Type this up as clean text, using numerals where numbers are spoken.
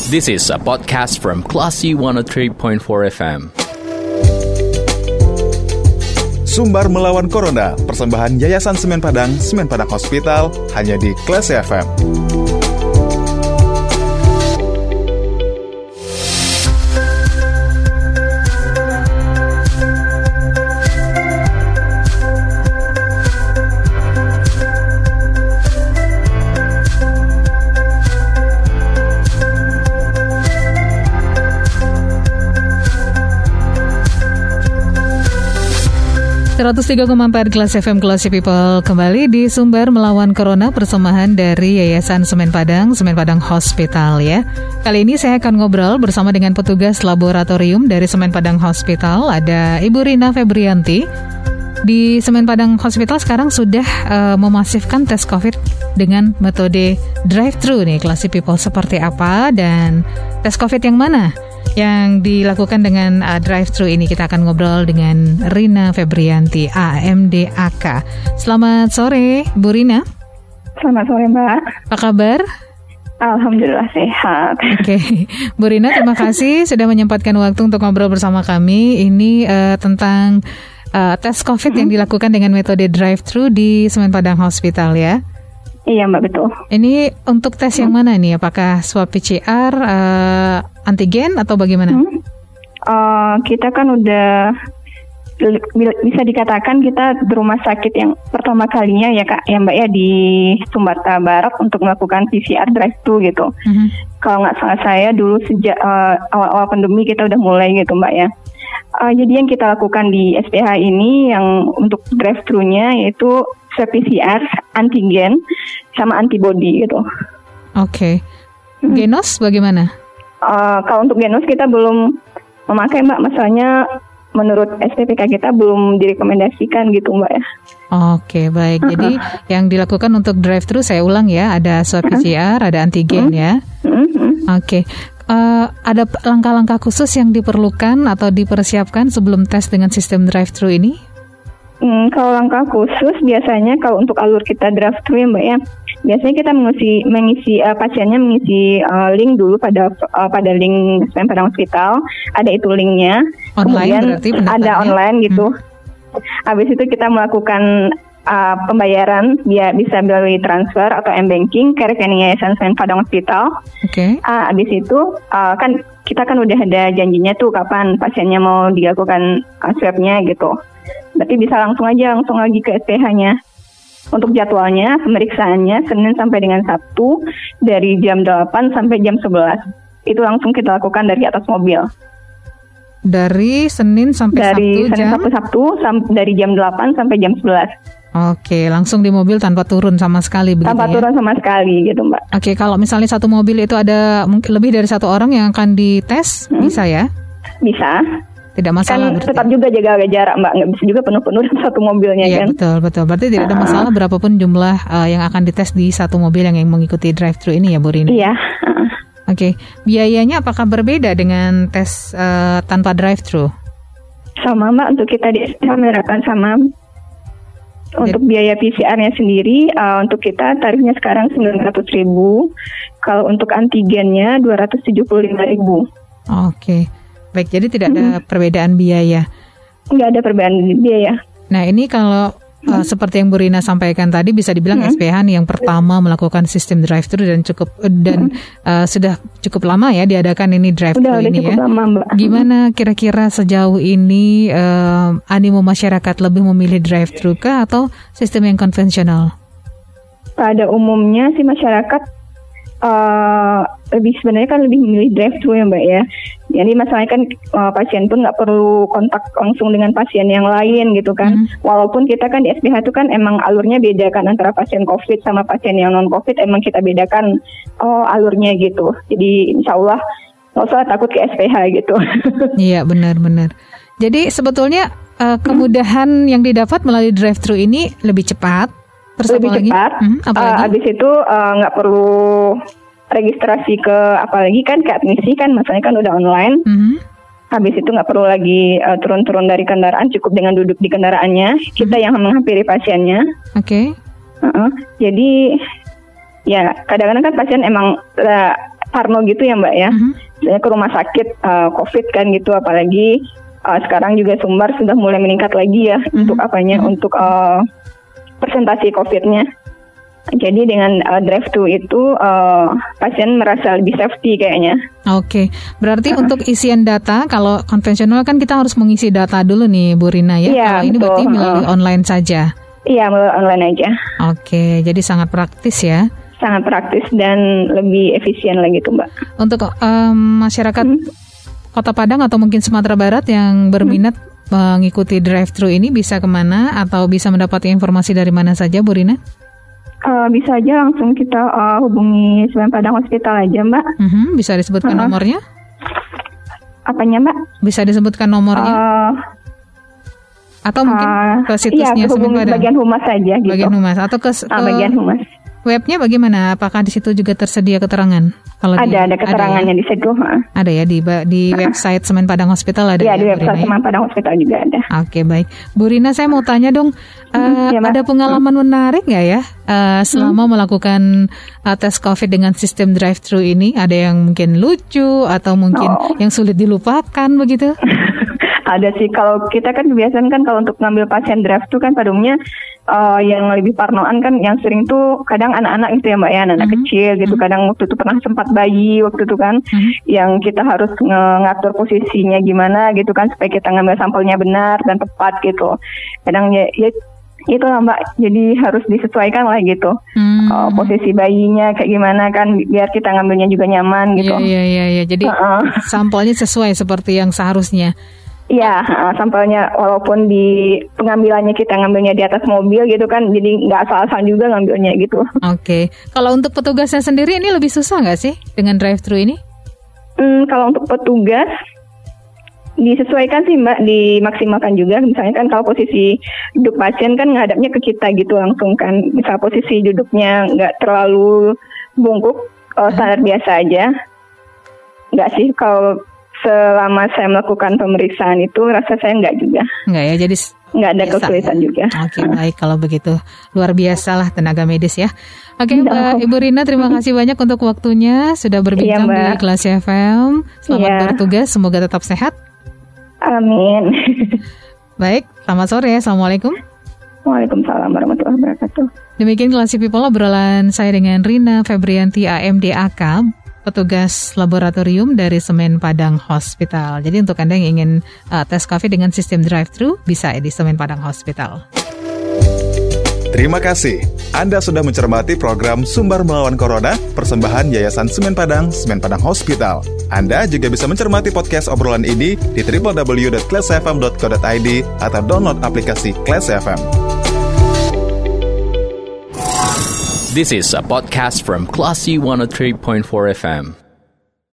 This is a podcast from Classy 103.4 FM. Sumbar melawan Corona, persembahan Yayasan Semen Padang Hospital, hanya di Classy FM. (103,4) Classy FM, Classy People, kembali di Sumber Melawan Corona, persembahan dari Yayasan Semen Padang Hospital ya. Kali ini saya akan ngobrol bersama dengan petugas laboratorium dari Semen Padang Hospital. Ada Ibu Rina Febrianti. Di Semen Padang Hospital sekarang sudah memasifkan tes COVID dengan metode drive-thru nih, Classy People, seperti apa dan tes COVID yang mana yang dilakukan dengan drive-thru ini. Kita akan ngobrol dengan Rina Febrianti, AMDAK. Selamat sore, Bu Rina. Selamat sore, Mbak. Apa kabar? Alhamdulillah sehat. Oke, Bu Rina, terima kasih sudah menyempatkan waktu untuk ngobrol bersama kami. Ini tentang tes COVID yang dilakukan dengan metode drive-thru di Semen Padang Hospital ya. Iya, Mbak, betul. Ini untuk tes yang mana nih? Apakah swab PCR, antigen atau bagaimana? Kita kan udah bisa dikatakan kita di rumah sakit yang pertama kalinya ya Kak, ya Mbak ya, di Sumatera Barat untuk melakukan PCR drive-thru gitu. Kalau nggak salah saya dulu sejak awal-awal pandemi kita udah mulai gitu Mbak ya. Jadi yang kita lakukan di SPH ini yang untuk drive-thru-nya yaitu swab PCR, antigen, sama antibody gitu. Oke. Genos bagaimana? Kalau untuk genos kita belum memakai Mbak, masalahnya menurut SPPK kita belum direkomendasikan gitu Mbak ya. Oke, baik. Jadi yang dilakukan untuk drive-thru saya ulang ya, ada swab PCR, ada antigen ya. Oke. Ada langkah-langkah khusus yang diperlukan atau dipersiapkan sebelum tes dengan sistem drive-thru ini? Kalau langkah khusus biasanya kalau untuk alur kita drive-thru ya Mbak ya, biasanya kita mengisi pasiennya mengisi link dulu pada link Semen Padang Hospital, ada itu linknya. Online. Kemudian ada online gitu. Habis itu kita melakukan pembayaran bisa melalui transfer atau m-banking ke rekening Yayasan Semen Padang Hospital. Oke. Habis itu kan kita kan udah ada janjinya tuh kapan pasiennya mau dilakukan swabnya gitu. Berarti bisa langsung lagi ke SPH-nya. Untuk jadwalnya, pemeriksaannya Senin sampai dengan Sabtu dari jam 8 sampai jam 11. Itu langsung kita lakukan dari atas mobil. Dari Senin sampai Sabtu dari jam 8 sampai jam 11. Oke, langsung di mobil tanpa turun sama sekali begitu Tanpa turun sama sekali gitu Mbak. Oke, kalau misalnya satu mobil itu ada mungkin lebih dari satu orang yang akan dites, bisa ya? Bisa. Tidak masalah. Kan tetap juga jaga jarak Mbak, nggak bisa juga penuh-penuh satu mobilnya kan. Iya betul. Berarti tidak ada masalah berapapun jumlah yang akan dites di satu mobil yang mengikuti drive-thru ini ya Bu Rini? Iya. Oke, biayanya apakah berbeda dengan tes tanpa drive-thru? Sama Mbak, untuk kita di SPH sama. Untuk biaya PCR-nya sendiri, untuk kita tarifnya sekarang 900.000. Kalau untuk antigennya 275.000. Oke. Baik, jadi tidak ada perbedaan biaya. Nggak ada perbedaan biaya. Nah, ini kalau seperti yang Bu Rina sampaikan tadi, bisa dibilang SPH nih yang pertama melakukan sistem drive-thru dan sudah cukup lama ya diadakan ini drive-thru ini ya. Lama, Mbak. Gimana kira-kira sejauh ini animo masyarakat lebih memilih drive-thru kah atau sistem yang konvensional? Pada umumnya sih masyarakat lebih memilih drive-thru ya Mbak ya. Jadi masalahnya kan pasien pun nggak perlu kontak langsung dengan pasien yang lain gitu kan. Walaupun kita kan di SPH itu kan emang alurnya beda kan antara pasien COVID sama pasien yang non COVID, emang kita bedakan alurnya gitu. Jadi insya Allah nggak usah takut ke SPH gitu. Iya benar-benar. Jadi sebetulnya kemudahan yang didapat melalui drive-thru ini lebih cepat. Lebih cepat. Habis itu nggak perlu registrasi ke apalagi kan ke admisi kan, masalahnya kan udah online. Habis itu nggak perlu lagi turun-turun dari kendaraan, cukup dengan duduk di kendaraannya. Kita yang menghampiri pasiennya. Jadi ya kadang-kadang kan pasien emang parno gitu ya Mbak ya. Misalnya ke rumah sakit COVID kan gitu, apalagi sekarang juga Sumbar sudah mulai meningkat lagi ya untuk untuk presentasi COVID-nya. Jadi dengan drive-thru itu pasien merasa lebih safety kayaknya. Oke, berarti untuk isian data, kalau konvensional kan kita harus mengisi data dulu nih Bu Rina ya. Iya, kalau ini betul. berarti melalui online saja. Iya, melalui online aja. Oke, jadi sangat praktis ya. Sangat praktis dan lebih efisien lagi tuh Mbak. Untuk masyarakat Kota Padang atau mungkin Sumatera Barat yang berminat mengikuti drive-thru ini bisa kemana atau bisa mendapat informasi dari mana saja Bu Rina? Bisa aja langsung kita hubungi Semen Padang Hospital aja Mbak. Bisa disebutkan nomornya? Apanya Mbak? Bisa disebutkan nomornya? Atau mungkin ke situsnya Semen Padang? Bagian humas saja gitu. Bagian humas atau ke bagian humas. Webnya bagaimana? Apakah di situ juga tersedia keterangan? Kalau ada keterangannya di situ. Ada ya di website Semen Padang Hospital ada. Iya, di website Semen Padang Hospital juga ada. Oke, baik. Bu Rina, saya mau tanya dong, ada pengalaman menarik nggak ya selama melakukan tes COVID dengan sistem drive-thru ini? Ada yang mungkin lucu atau mungkin yang sulit dilupakan begitu? Ada sih, kalau kita kan kebiasaan kan kalau untuk ngambil pasien drive-thru kan pada umumnya yang lebih parnoan kan yang sering tuh kadang anak-anak gitu ya Mbak ya, anak kecil gitu. Kadang waktu itu pernah sempat bayi waktu itu kan, yang kita harus ngatur posisinya gimana gitu kan supaya kita ngambil sampelnya benar dan tepat gitu. Kadang ya itu lah Mbak, jadi harus disesuaikan lah gitu. Posisi bayinya kayak gimana kan biar kita ngambilnya juga nyaman gitu. Iya. Jadi sampelnya sesuai seperti yang seharusnya. Iya, sampelnya walaupun di pengambilannya kita ngambilnya di atas mobil gitu kan, jadi nggak asal-asal juga ngambilnya gitu. Oke. Kalau untuk petugasnya sendiri ini lebih susah nggak sih dengan drive-thru ini? Kalau untuk petugas disesuaikan sih Mbak, dimaksimalkan juga. Misalnya kan kalau posisi duduk pasien kan ngadapnya ke kita gitu langsung kan. Misal posisi duduknya nggak terlalu bungkuk, standar biasa aja. Nggak sih, kalau selama saya melakukan pemeriksaan itu rasa saya enggak juga. Enggak ya, jadi enggak ada kesulitan juga. Oke, baik kalau begitu. Luar biasa lah tenaga medis ya. Oke, Mbak Ibu Rina, terima kasih banyak untuk waktunya sudah berbincang di Kelas FM. Selamat bertugas, semoga tetap sehat. Amin. Baik, selamat sore. Assalamualaikum. Waalaikumsalam warahmatullahi wabarakatuh. Demikian Classy People, obrolan saya dengan Rina Febrianti AMDAK, petugas laboratorium dari Semen Padang Hospital. Jadi untuk Anda yang ingin tes COVID dengan sistem drive-thru, bisa di Semen Padang Hospital. Terima kasih. Anda sudah mencermati program Sumber Melawan Corona, persembahan Yayasan Semen Padang Hospital. Anda juga bisa mencermati podcast obrolan ini di www.classfm.co.id atau download aplikasi Class FM. This is a podcast from Classy 103.4 FM.